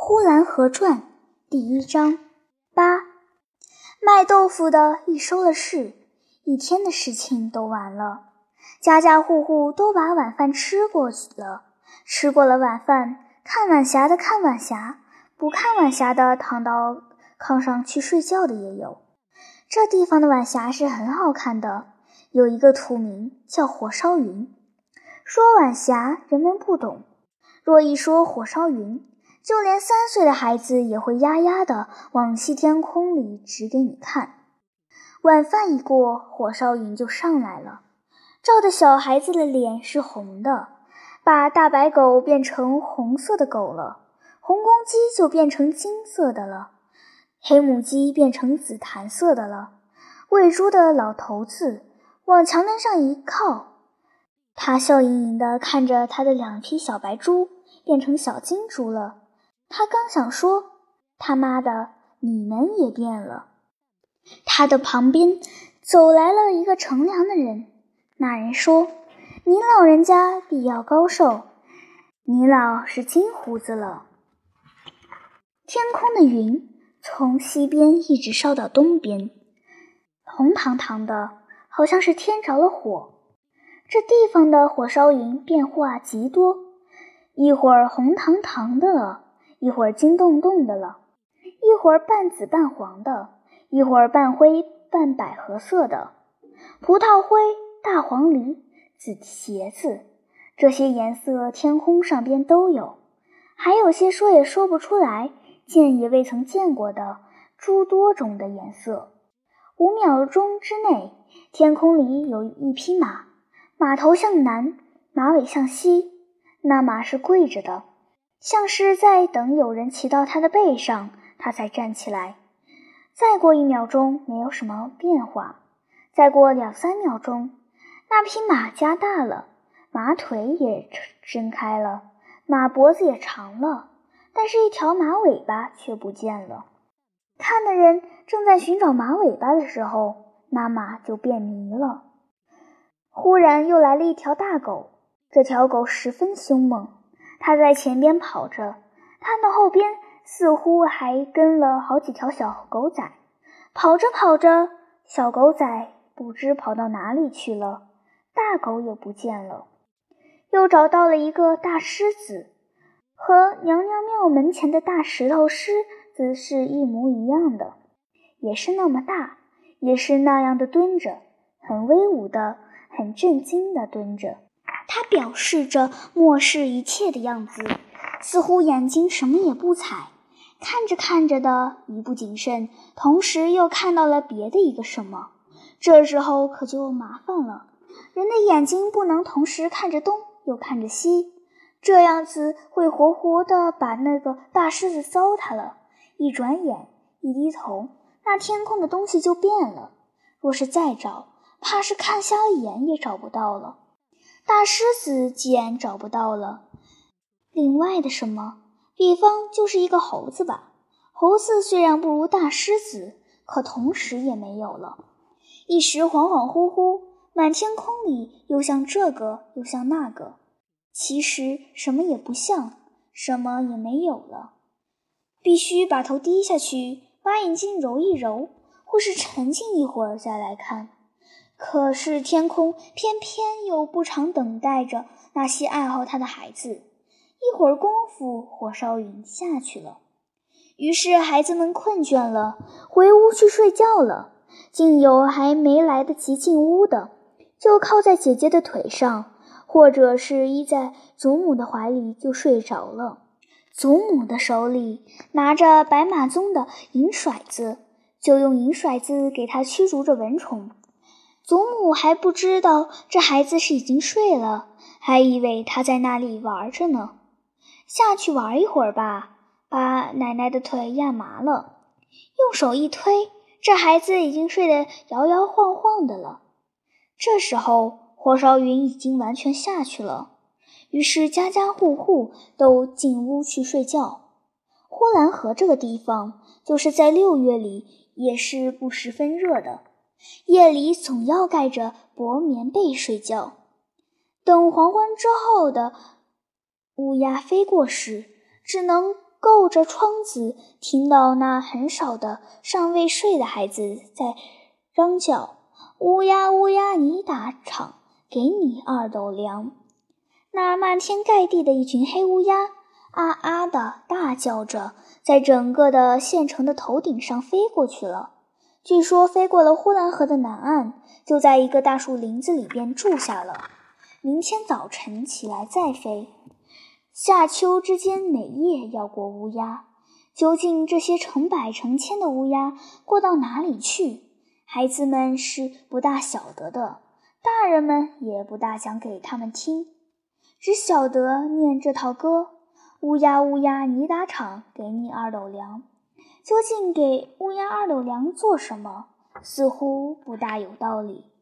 呼兰河传第1章8。卖豆腐的一收了市，一天的事情都完了，家家户户都把晚饭吃过了。吃过了晚饭，看晚霞的看晚霞，不看晚霞的躺到炕上去睡觉的也有。这地方的晚霞是很好看的，有一个土名叫火烧云。说晚霞人们不懂，若一说火烧云，就连3岁的孩子也会呀呀地往西天空里指给你看。晚饭一过，火烧云就上来了，照得小孩子的脸是红的，把大白狗变成红色的狗了，红公鸡就变成金色的了，黑母鸡变成紫檀色的了。喂猪的老头子往墙根上一靠，他笑盈盈地看着他的2匹小白猪变成小金猪了。他刚想说他妈的你们也变了，他的旁边走来了一个乘凉的人。那人说，您老人家必要高寿，你老是金胡子了。天空的云从西边一直烧到东边，红堂堂的，好像是天着了火。这地方的火烧云变化极多，一会儿红堂堂的了，一会儿金洞洞的了，一会儿半紫半黄的，一会儿半灰半百合色的，葡萄灰、大黄梨、紫茄子，这些颜色天空上边都有，还有些说也说不出来，见也未曾见过的诸多种的颜色。5秒钟之内，天空里有一匹马，马头向南，马尾向西，那马是跪着的，像是在等有人骑到他的背上，他才站起来。再过1秒钟，没有什么变化。再过2-3秒钟，那匹马加大了，马腿也伸开了，马脖子也长了，但是一条马尾巴却不见了。看的人正在寻找马尾巴的时候，那马就变迷了。忽然又来了一条大狗，这条狗十分凶猛，它在前边跑着，它的后边似乎还跟了好几条小狗仔。跑着跑着，小狗仔不知跑到哪里去了，大狗也不见了。又找到了一个大狮子，和娘娘庙门前的大石头狮子是一模一样的，也是那么大，也是那样的蹲着，很威武的，很震惊的蹲着。它表示着漠视一切的样子，似乎眼睛什么也不睬，看着看着的一不谨慎，同时又看到了别的一个什么。这时候可就麻烦了，人的眼睛不能同时看着东又看着西，这样子会活活的把那个大狮子糟蹋了。一转眼一低头，那天空的东西就变了，若是再找，怕是看瞎了眼也找不到了。大狮子既然找不到了，另外的什么，比方就是一个猴子吧。猴子虽然不如大狮子，可同时也没有了。一时恍恍惚惚，满天空里又像这个又像那个，其实什么也不像，什么也没有了。必须把头低下去，把眼睛揉一揉，或是沉静一会儿再来看。可是天空偏偏又不常等待着那些爱好它的孩子，一会儿功夫火烧云下去了。于是孩子们困倦了，回屋去睡觉了，竟有还没来得及进屋的，就靠在姐姐的腿上，或者是依在祖母的怀里就睡着了。祖母的手里拿着白马鬃的银骰子，就用银骰子给他驱逐着蚊虫。祖母还不知道这孩子是已经睡了，还以为他在那里玩着呢。下去玩一会儿吧，把奶奶的腿压麻了。用手一推，这孩子已经睡得摇摇晃晃的了。这时候火烧云已经完全下去了，于是家家户户都进屋去睡觉。呼兰河这个地方，就是在6月里也是不十分热的，夜里总要盖着薄棉被睡觉。等黄昏之后的乌鸦飞过时，只能够着窗子，听到那很少的尚未睡的孩子在嚷叫：乌鸦乌鸦你打场，给你2斗粮。那漫天盖地的一群黑乌鸦啊啊地大叫着，在整个的县城的头顶上飞过去了。据说飞过了呼兰河的南岸，就在一个大树林子里边住下了。明天早晨起来再飞。夏秋之间每夜要过乌鸦，究竟这些成百成千的乌鸦过到哪里去？孩子们是不大晓得的，大人们也不大讲给他们听，只晓得念这套歌：乌鸦乌鸦你打场，给你2斗粮。究竟给乌鸦2斗粮做什么？似乎不大有道理。